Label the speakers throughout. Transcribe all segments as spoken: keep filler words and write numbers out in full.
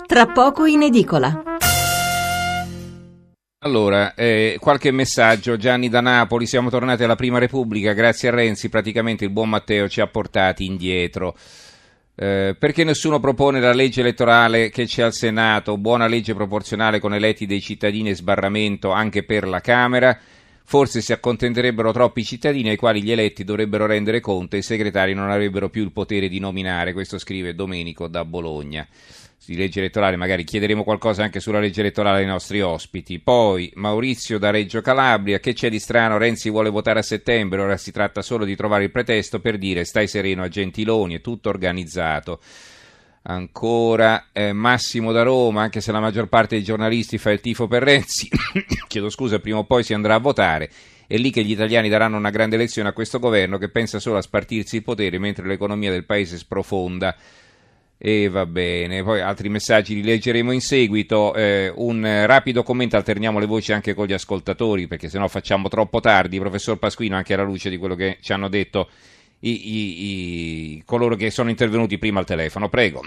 Speaker 1: tra poco in edicola.
Speaker 2: Allora, eh, qualche messaggio. Gianni da Napoli: siamo tornati alla Prima Repubblica, grazie a Renzi praticamente il buon Matteo ci ha portati indietro. Eh, perché nessuno propone la legge elettorale che c'è al Senato, buona legge proporzionale con eletti dei cittadini e sbarramento anche per la Camera? Forse si accontenterebbero troppi cittadini ai quali gli eletti dovrebbero rendere conto e i segretari non avrebbero più il potere di nominare. Questo scrive Domenico da Bologna. Di legge elettorale magari chiederemo qualcosa anche sulla legge elettorale ai nostri ospiti. Poi Maurizio da Reggio Calabria: che c'è di strano? Renzi vuole votare a settembre, ora si tratta solo di trovare il pretesto per dire stai sereno a Gentiloni, è tutto organizzato. Ancora eh, Massimo da Roma: anche se la maggior parte dei giornalisti fa il tifo per Renzi chiedo scusa, prima o poi si andrà a votare, è lì che gli italiani daranno una grande lezione a questo governo che pensa solo a spartirsi il potere mentre l'economia del paese sprofonda. E va bene, poi altri messaggi li leggeremo in seguito. Eh, un rapido commento, alterniamo le voci anche con gli ascoltatori perché sennò facciamo troppo tardi. Professor Pasquino, anche alla luce di quello che ci hanno detto i, i, i, coloro che sono intervenuti prima al telefono, prego.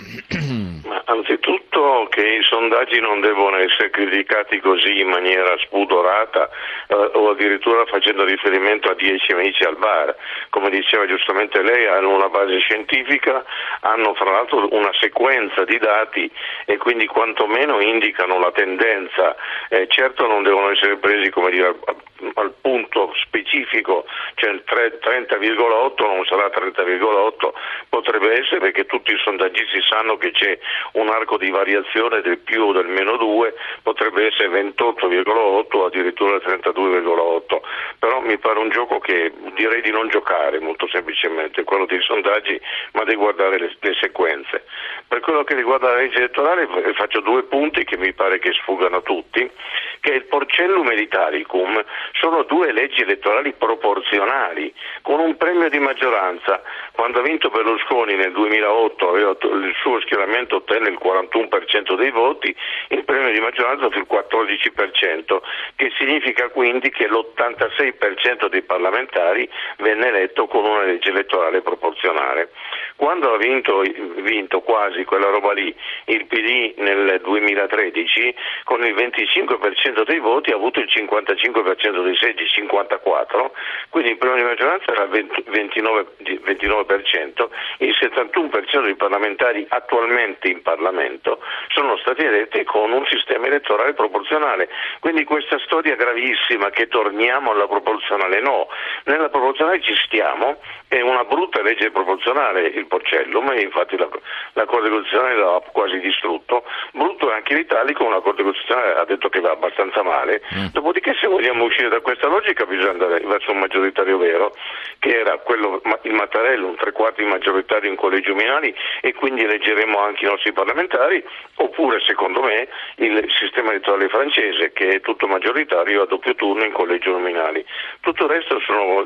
Speaker 3: Ma anzitutto che i sondaggi non devono essere criticati così in maniera spudorata eh, o addirittura facendo riferimento a dieci amici al bar. Come diceva giustamente lei, hanno una base scientifica, hanno fra l'altro una sequenza di dati e quindi quantomeno indicano la tendenza. Eh, certo non devono essere presi, come dire, al, al punto specifico, cioè il trenta virgola otto non sarà trenta virgola otto, potrebbe essere, perché tutti i sondaggisti sanno che c'è un arco di variazione del più o del meno due, potrebbe essere ventotto virgola otto o addirittura trentadue virgola otto, però mi pare un gioco che direi di non giocare molto semplicemente, quello dei sondaggi, ma di guardare le, le sequenze. Per quello che riguarda la legge elettorale faccio due punti che mi pare che sfuggano a tutti, che il Porcellum e l'Italicum sono due leggi elettorali proporzionali con un premio di maggioranza. Quando ha vinto Berlusconi nel duemilaotto, aveva, il suo schieramento ottenne il quarantuno per cento dei voti, il premio di maggioranza fu il quattordici per cento, che significa quindi che l'ottantasei per cento dei parlamentari venne eletto con una legge elettorale proporzionale. Quando ha vinto, vinto quasi quella roba lì il P D nel duemilatredici, con il venticinque per cento dei voti ha avuto il cinquantacinque per cento dei seggi, cinquantaquattro, quindi il premio di maggioranza era il ventinove per cento, il settantuno per cento dei parlamentari attualmente in Parlamento sono stati eletti con un sistema elettorale proporzionale. Quindi questa storia gravissima che torniamo alla proporzionale, no, nella proporzionale ci stiamo, è una brutta legge proporzionale il Porcellum e infatti la, la Corte Costituzionale l'ha quasi distrutto, brutto è anche l'Italicum, la Corte Costituzionale ha detto che va abbastanza male, mm. Dopodiché se vogliamo uscire da questa logica bisogna andare verso un maggioritario vero, che era quello, il Mattarello, un tre quarti maggioritario in collegi uninominali e quindi eleggeremo anche i nostri parlamentari, oppure secondo me il sistema elettorale francese che è tutto maggioritario a doppio turno in collegi uninominali. Tutto il resto sono,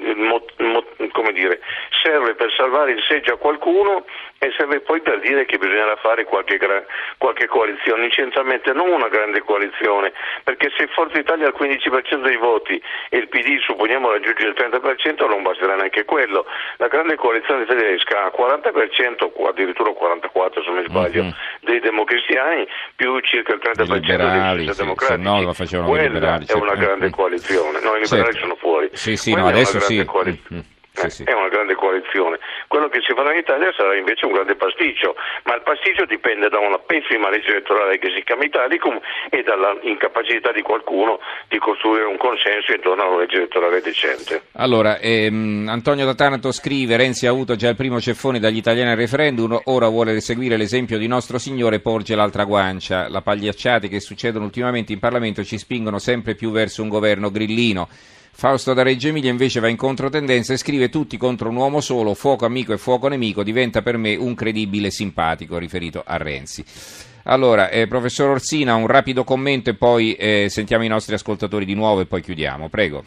Speaker 3: come dire, serve per salvare il seggio a qualcuno e serve poi per dire che bisognerà fare qualche, qualche coalizione, inizialmente non una grande coalizione, perché se Forza Italia ha il quindici per cento dei voti e il P D supponiamo raggiunge il trenta per cento non basterà neanche quello. La grande coalizione tedesca ha quaranta per cento o addirittura quarantaquattro se non mi sbaglio mm-hmm. dei democristiani più circa il trenta per cento dei socialdemocratici.
Speaker 2: No, lo facevano
Speaker 3: quella
Speaker 2: i liberali,
Speaker 3: è una
Speaker 2: certo.
Speaker 3: grande coalizione, no, i liberali sì. sono fuori.
Speaker 2: Sì, sì,
Speaker 3: quella
Speaker 2: no, adesso
Speaker 3: è una grande
Speaker 2: sì.
Speaker 3: coalizione.
Speaker 2: Mm-hmm.
Speaker 3: Eh,
Speaker 2: sì, sì.
Speaker 3: È una grande coalizione. Quello che si farà in Italia sarà invece un grande pasticcio, ma il pasticcio dipende da una pessima legge elettorale che si chiama Italicum e dalla incapacità di qualcuno di costruire un consenso intorno a una legge elettorale decente.
Speaker 2: Allora, ehm, Antonio da Taranto scrive: Renzi ha avuto già il primo ceffone dagli italiani al referendum, ora vuole seguire l'esempio di Nostro Signore e porge l'altra guancia. Le pagliacciate che succedono ultimamente in Parlamento ci spingono sempre più verso un governo grillino. Fausto da Reggio Emilia invece va in controtendenza e scrive: tutti contro un uomo solo, fuoco amico e fuoco nemico, diventa per me un credibile simpatico, riferito a Renzi. Allora, eh, professor Orsina, un rapido commento e poi eh, sentiamo i nostri ascoltatori di nuovo e poi chiudiamo, prego.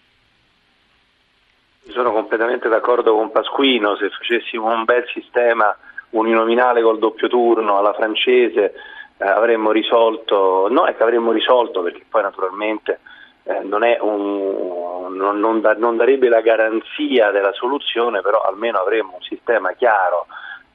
Speaker 4: Sono completamente d'accordo con Pasquino, se facessimo un bel sistema uninominale col doppio turno alla francese eh, avremmo risolto, no è che avremmo risolto perché poi naturalmente Eh, non, è un, non, non, da, non darebbe la garanzia della soluzione, però almeno avremo un sistema chiaro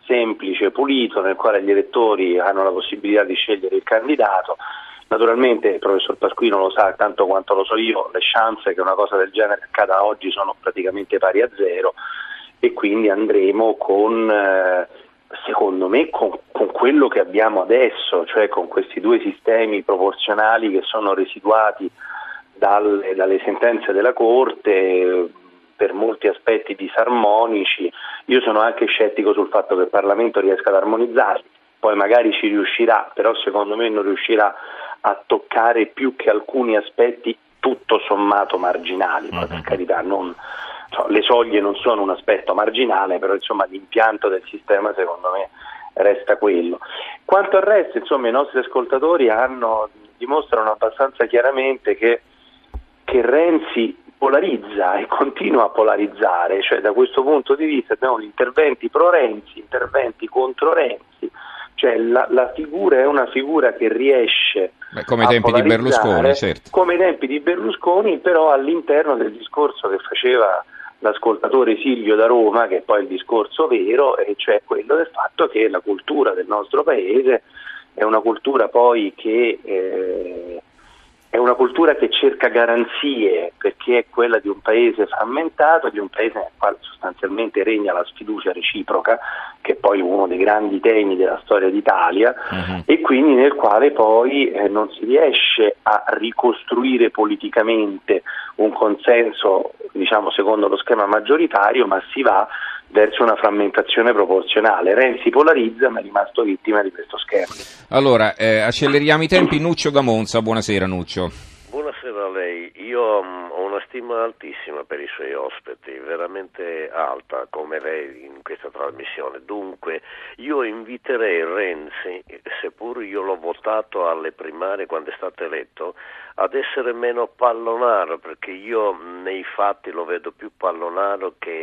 Speaker 4: semplice, pulito, nel quale gli elettori hanno la possibilità di scegliere il candidato. Naturalmente il professor Pasquino lo sa tanto quanto lo so io, le chance che una cosa del genere accada oggi sono praticamente pari a zero, e quindi andremo con, eh, secondo me, con, con quello che abbiamo adesso, cioè con questi due sistemi proporzionali che sono residuati dalle, dalle sentenze della Corte, per molti aspetti disarmonici. Io sono anche scettico sul fatto che il Parlamento riesca ad armonizzarli, poi magari ci riuscirà, però secondo me non riuscirà a toccare più che alcuni aspetti tutto sommato marginali, poi per carità non, cioè, le soglie non sono un aspetto marginale, però insomma l'impianto del sistema secondo me resta quello. Quanto al resto, insomma, i nostri ascoltatori hanno, dimostrano abbastanza chiaramente che, che Renzi polarizza e continua a polarizzare, cioè da questo punto di vista abbiamo interventi pro Renzi, interventi contro Renzi, cioè la, la figura è una figura che riesce
Speaker 2: Beh, come ai tempi di Berlusconi, certo.
Speaker 4: Come ai tempi di Berlusconi, però all'interno del discorso che faceva l'ascoltatore Silvio da Roma, che è poi il discorso vero, e cioè quello del fatto che la cultura del nostro paese è una cultura poi che eh, è una cultura che cerca garanzie, perché è quella di un paese frammentato, di un paese nel quale sostanzialmente regna la sfiducia reciproca, che è poi uno dei grandi temi della storia d'Italia, uh-huh. e quindi nel quale poi eh, non si riesce a ricostruire politicamente un consenso, diciamo, secondo lo schema maggioritario, ma si va verso una frammentazione proporzionale. Renzi polarizza, ma è rimasto vittima di questo schema.
Speaker 2: Allora, eh, acceleriamo i tempi. Nuccio da Monza, buonasera Nuccio.
Speaker 1: Buonasera a lei, io um, ho una stima altissima per i suoi ospiti, veramente alta come lei in questa trasmissione, dunque io inviterei Renzi, seppur io l'ho votato alle primarie quando è stato eletto, ad essere meno pallonaro, perché io nei fatti lo vedo più pallonaro che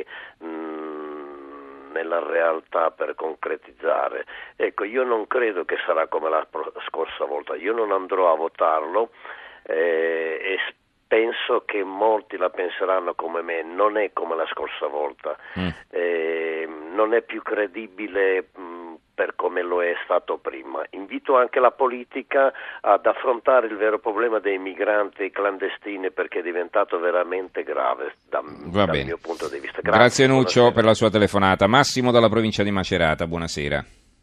Speaker 1: mh, nella realtà per concretizzare. Ecco, io non credo che sarà come la scorsa volta, io non andrò a votarlo, Eh, e penso che molti la penseranno come me, non è come la scorsa volta, mm. eh, non è più credibile mh, per come lo è stato prima. Invito anche la politica ad affrontare il vero problema dei migranti clandestini, perché è diventato veramente grave da, dal
Speaker 2: bene.
Speaker 1: mio punto di vista.
Speaker 2: Grazie, Grazie Nuccio buonasera. Per la sua telefonata. Massimo dalla provincia di Macerata, buonasera.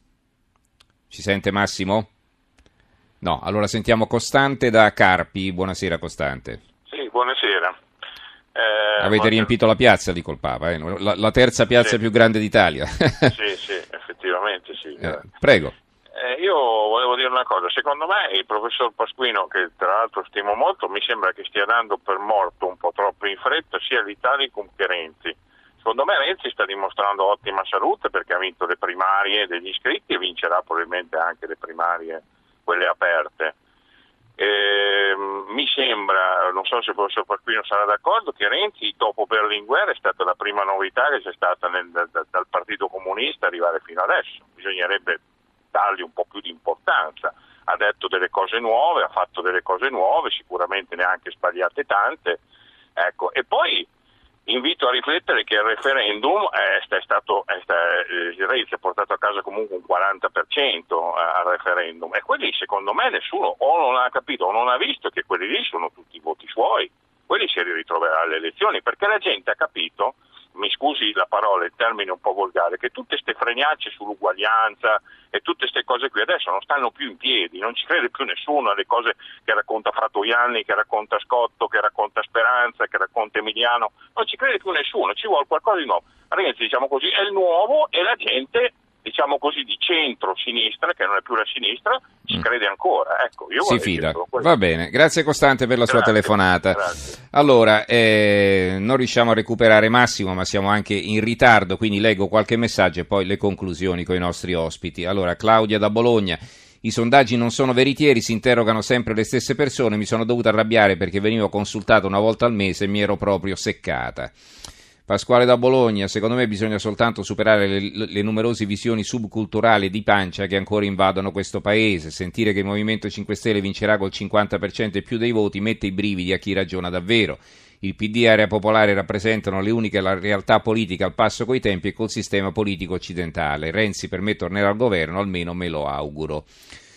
Speaker 2: Ci sente Massimo? No, allora sentiamo Costante da Carpi. Buonasera Costante.
Speaker 5: Sì, buonasera.
Speaker 2: Eh, Avete voglio... riempito la piazza, dico il Papa, eh? la, la terza piazza sì. più grande d'Italia.
Speaker 5: Sì, sì, effettivamente sì.
Speaker 2: Eh, prego.
Speaker 5: Eh, io volevo dire una cosa, secondo me il professor Pasquino, che tra l'altro stimo molto, mi sembra che stia dando per morto un po' troppo in fretta sia l'Italicum che Renzi. Secondo me Renzi sta dimostrando ottima salute perché ha vinto le primarie degli iscritti e vincerà probabilmente anche le primarie quelle aperte. Eh, mi sembra, non so se il professor Pasquino sarà d'accordo, che Renzi dopo Berlinguer è stata la prima novità che c'è stata nel, da, dal Partito Comunista arrivare fino adesso. Bisognerebbe dargli un po' più di importanza. Ha detto delle cose nuove, ha fatto delle cose nuove, sicuramente ne ha anche sbagliate tante. Ecco, e poi invito a riflettere che il referendum è, è stato, è, eh, Renzi ha portato a casa comunque un quaranta per cento al referendum, e quelli secondo me nessuno o non ha capito o non ha visto che quelli lì sono tutti voti suoi, quelli si ritroverà alle elezioni, perché la gente ha capito, mi scusi la parola, il termine un po' volgare, che tutte ste fregnacce sull'uguaglianza e tutte ste cose qui adesso non stanno più in piedi, non ci crede più nessuno alle cose che racconta Fratoianni, che racconta Scotto, che racconta Speranza, che racconta Emiliano, non ci crede più nessuno, ci vuole qualcosa di nuovo. Renzi, diciamo così, è il nuovo e la gente, diciamo così, di centro-sinistra, che non è più la sinistra, ci crede ancora. Ecco, io
Speaker 2: si fida. Va bene, grazie Costante per la grazie, sua telefonata.
Speaker 5: Grazie.
Speaker 2: Allora, eh, non riusciamo a recuperare Massimo, ma siamo anche in ritardo, quindi leggo qualche messaggio e poi le conclusioni con i nostri ospiti. Allora, Claudia da Bologna. I sondaggi non sono veritieri, si interrogano sempre le stesse persone, mi sono dovuta arrabbiare perché venivo consultato una volta al mese e mi ero proprio seccata. Pasquale da Bologna, secondo me bisogna soltanto superare le, le numerose visioni subculturali di pancia che ancora invadono questo paese. Sentire che il Movimento cinque Stelle vincerà col cinquanta per cento e più dei voti mette i brividi a chi ragiona davvero. Il P D e Area Popolare rappresentano le uniche la realtà politica al passo coi tempi e col sistema politico occidentale. Renzi per me tornerà al governo, almeno me lo auguro.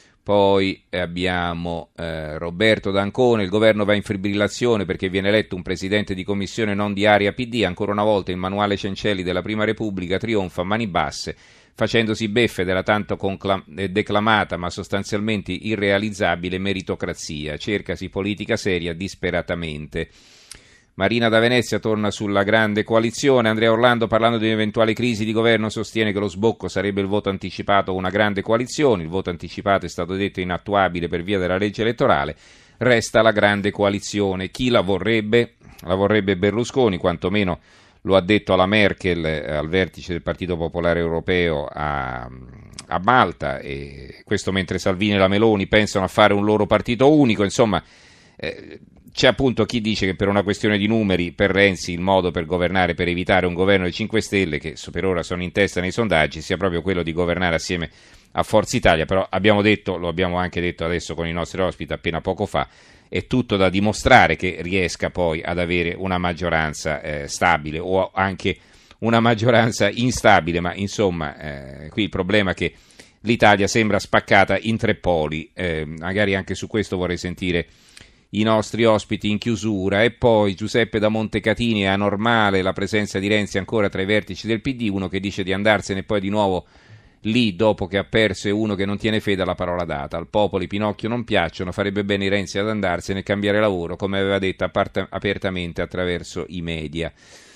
Speaker 2: Poi abbiamo eh, Roberto D'Ancona, il governo va in fibrillazione perché viene eletto un presidente di commissione non di area P D, ancora una volta il manuale Cencelli della Prima Repubblica trionfa a mani basse, facendosi beffe della tanto conclam- declamata ma sostanzialmente irrealizzabile meritocrazia, cercasi politica seria disperatamente. Marina da Venezia torna sulla grande coalizione. Andrea Orlando, parlando di un'eventuale crisi di governo, sostiene che lo sbocco sarebbe il voto anticipato o una grande coalizione. Il voto anticipato è stato detto inattuabile per via della legge elettorale. Resta la grande coalizione. Chi la vorrebbe? La vorrebbe Berlusconi, quantomeno lo ha detto alla Merkel al vertice del Partito Popolare Europeo a, a Malta, e questo mentre Salvini e la Meloni pensano a fare un loro partito unico. Insomma, eh, c'è appunto chi dice che per una questione di numeri per Renzi il modo per governare, per evitare un governo dei cinque Stelle, che per ora sono in testa nei sondaggi, sia proprio quello di governare assieme a Forza Italia. Però abbiamo detto, lo abbiamo anche detto adesso con i nostri ospiti appena poco fa, è tutto da dimostrare che riesca poi ad avere una maggioranza eh, stabile o anche una maggioranza instabile, ma insomma eh, qui il problema è che l'Italia sembra spaccata in tre poli, eh, magari anche su questo vorrei sentire i nostri ospiti in chiusura. E poi Giuseppe da Montecatini: è anormale la presenza di Renzi ancora tra i vertici del P D, uno che dice di andarsene e poi di nuovo lì dopo che ha perso e uno che non tiene fede alla parola data. Al popolo i Pinocchio non piacciono, farebbe bene Renzi ad andarsene e cambiare lavoro, come aveva detto apart- apertamente attraverso i media.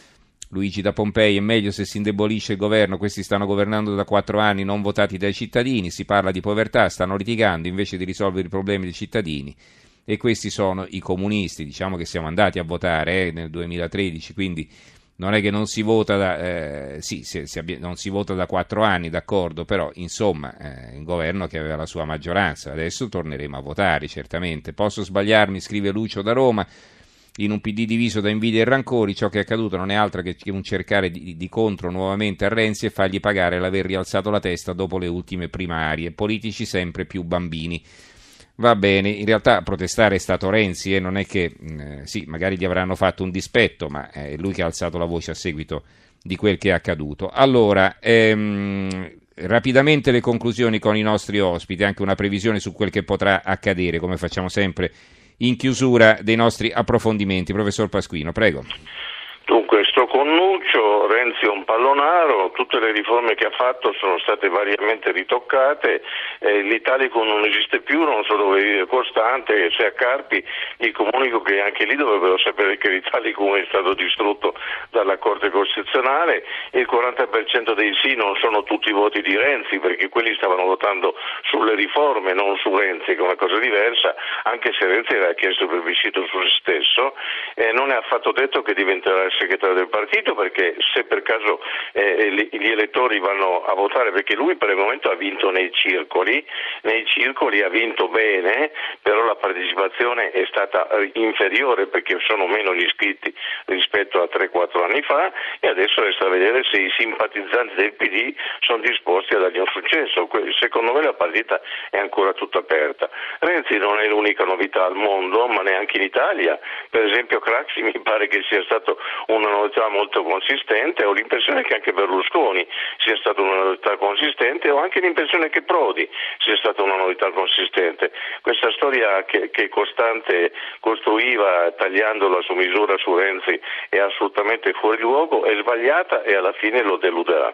Speaker 2: Luigi da Pompei: è meglio se si indebolisce il governo, questi stanno governando da quattro anni non votati dai cittadini, si parla di povertà, stanno litigando invece di risolvere i problemi dei cittadini. E questi sono i comunisti. Diciamo che siamo andati a votare eh, nel duemilatredici, quindi non è che non si vota da, eh, sì, se, se abbia, non si vota da quattro anni, d'accordo, però insomma eh, il governo che aveva la sua maggioranza, adesso torneremo a votare certamente. Posso sbagliarmi, scrive Lucio da Roma, in un P D diviso da invidia e rancori, ciò che è accaduto non è altro che un cercare di, di contro nuovamente a Renzi e fargli pagare l'aver rialzato la testa dopo le ultime primarie, politici sempre più bambini. Va bene, in realtà a protestare è stato Renzi e eh, non è che, eh, sì, magari gli avranno fatto un dispetto, ma è lui che ha alzato la voce a seguito di quel che è accaduto. Allora, ehm, rapidamente le conclusioni con i nostri ospiti, anche una previsione su quel che potrà accadere, come facciamo sempre in chiusura dei nostri approfondimenti. Professor Pasquino, prego.
Speaker 3: Dunque, sto con Nuccio, Renzi è un pallonaro, tutte le riforme che ha fatto sono state variamente ritoccate, eh, l'Italicum non esiste più, non so dove vive Costante, e se a Carpi gli comunico che anche lì dovrebbero sapere che l'Italicum è stato distrutto dalla Corte Costituzionale. Il quaranta per cento dei sì non sono tutti voti di Renzi, perché quelli stavano votando sulle riforme, non su Renzi, che è una cosa diversa, anche se Renzi aveva chiesto il plebiscito su se stesso, eh, non è affatto detto che diventerà il segretario del partito, perché se per caso eh, gli elettori vanno a votare, perché lui per il momento ha vinto nei circoli, nei circoli ha vinto bene, però la partecipazione è stata inferiore perché sono meno gli iscritti rispetto a tre quattro anni fa, e adesso resta a vedere se i simpatizzanti del P D sono disposti a dargli un successo. Secondo me la partita è ancora tutta aperta. Renzi non è l'unica novità al mondo, ma neanche in Italia. Per esempio Craxi mi pare che sia stato una novità molto consistente, ho l'impressione che anche Berlusconi sia stata una novità consistente, ho anche l'impressione che Prodi sia stata una novità consistente. Questa storia che, che Costante costruiva tagliandola su misura su Renzi è assolutamente fuori luogo, è sbagliata e alla fine lo deluderà.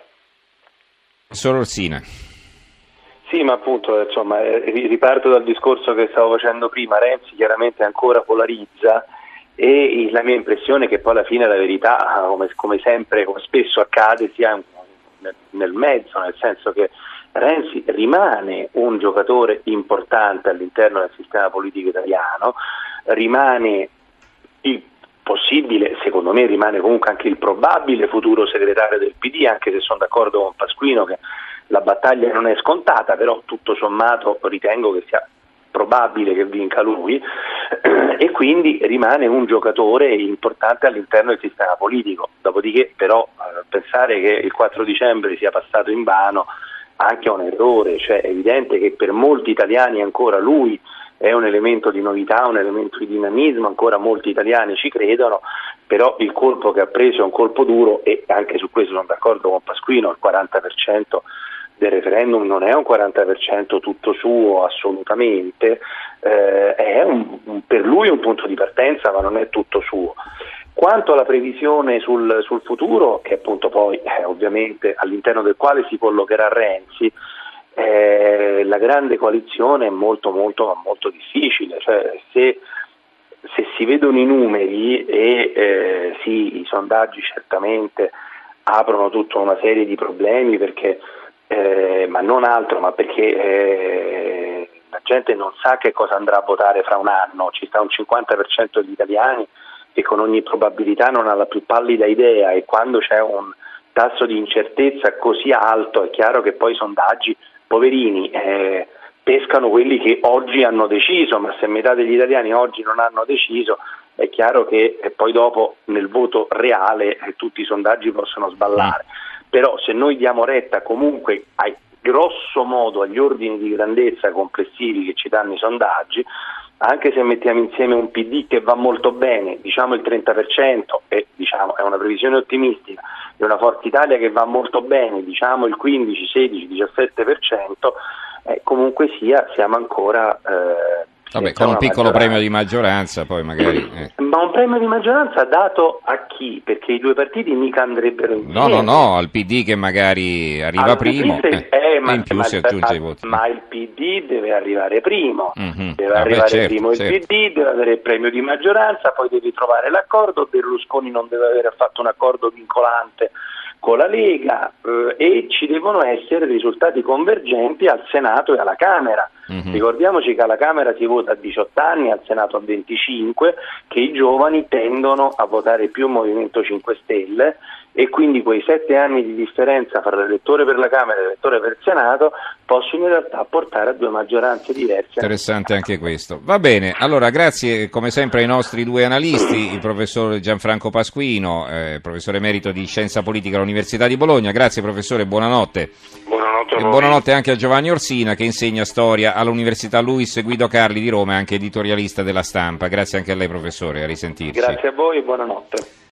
Speaker 2: Solo Orsina.
Speaker 4: Sì, ma appunto, insomma, riparto dal discorso che stavo facendo prima. Renzi chiaramente ancora polarizza, e la mia impressione è che poi alla fine la verità, come, come sempre, come spesso accade, sia nel mezzo, nel senso che Renzi rimane un giocatore importante all'interno del sistema politico italiano, rimane il possibile, secondo me rimane comunque anche il probabile futuro segretario del P D, anche se sono d'accordo con Pasquino che la battaglia non è scontata, però tutto sommato ritengo che sia probabile che vinca lui, e quindi rimane un giocatore importante all'interno del sistema politico. Dopodiché però pensare che il quattro dicembre sia passato in vano anche è un errore, cioè è evidente che per molti italiani ancora lui è un elemento di novità, un elemento di dinamismo, ancora molti italiani ci credono, però il colpo che ha preso è un colpo duro, e anche su questo sono d'accordo con Pasquino. Il quaranta per cento del referendum non è un quaranta per cento tutto suo, assolutamente, eh, è un, un, per lui un punto di partenza, ma non è tutto suo. Quanto alla previsione sul, sul futuro, che appunto poi eh, ovviamente all'interno del quale si collocherà Renzi, eh, la grande coalizione è molto molto molto difficile, cioè se, se si vedono i numeri e eh, sì, i sondaggi certamente aprono tutta una serie di problemi, perché Eh, ma non altro, ma perché eh, la gente non sa che cosa andrà a votare fra un anno. Ci sta un cinquanta per cento degli italiani che con ogni probabilità non ha la più pallida idea, e quando c'è un tasso di incertezza così alto è chiaro che poi i sondaggi, poverini, eh, pescano quelli che oggi hanno deciso, ma se metà degli italiani oggi non hanno deciso è chiaro che eh, poi dopo nel voto reale eh, tutti i sondaggi possono sballare. Però se noi diamo retta comunque ai, grosso modo agli ordini di grandezza complessivi che ci danno i sondaggi, anche se mettiamo insieme un P D che va molto bene, diciamo il trenta per cento, e diciamo è una previsione ottimistica, e una Forza Italia che va molto bene, diciamo il quindici, sedici, diciassette per cento, eh, comunque sia siamo ancora... Eh,
Speaker 2: Vabbè, con un piccolo premio di maggioranza, poi magari... Eh.
Speaker 4: Ma un premio di maggioranza dato a chi? Perché i due partiti mica andrebbero insieme.
Speaker 2: No, no, no, al P D che magari arriva
Speaker 4: al
Speaker 2: primo,
Speaker 4: se, eh,
Speaker 2: eh,
Speaker 4: ma,
Speaker 2: in più
Speaker 4: ma,
Speaker 2: si aggiunge i voti.
Speaker 4: Ma il P D deve arrivare primo,
Speaker 2: Mm-hmm.
Speaker 4: deve
Speaker 2: Vabbè,
Speaker 4: arrivare
Speaker 2: certo,
Speaker 4: primo il
Speaker 2: certo.
Speaker 4: P D, deve avere il premio di maggioranza, poi devi trovare l'accordo. Berlusconi non deve aver fatto un accordo vincolante con la Lega, eh, e ci devono essere risultati convergenti al Senato e alla Camera. Mm-hmm. Ricordiamoci che alla Camera si vota a diciotto anni, al Senato a venticinque, che i giovani tendono a votare più Movimento cinque Stelle, e quindi quei sette anni di differenza fra l'elettore per la Camera e l'elettore per il Senato possono in realtà portare a due maggioranze diverse.
Speaker 2: Interessante anche questo. Va bene, allora grazie come sempre ai nostri due analisti, il professor Gianfranco Pasquino, eh, professore emerito di Scienza Politica all'Università di Bologna. Grazie professore, buonanotte.
Speaker 3: Buonanotte a
Speaker 2: E
Speaker 3: voi.
Speaker 2: buonanotte anche a Giovanni Orsina, che insegna storia all'Università Luis Guido Carli di Roma e anche editorialista della Stampa. Grazie anche a lei professore, a risentirci.
Speaker 4: Grazie a voi e buonanotte.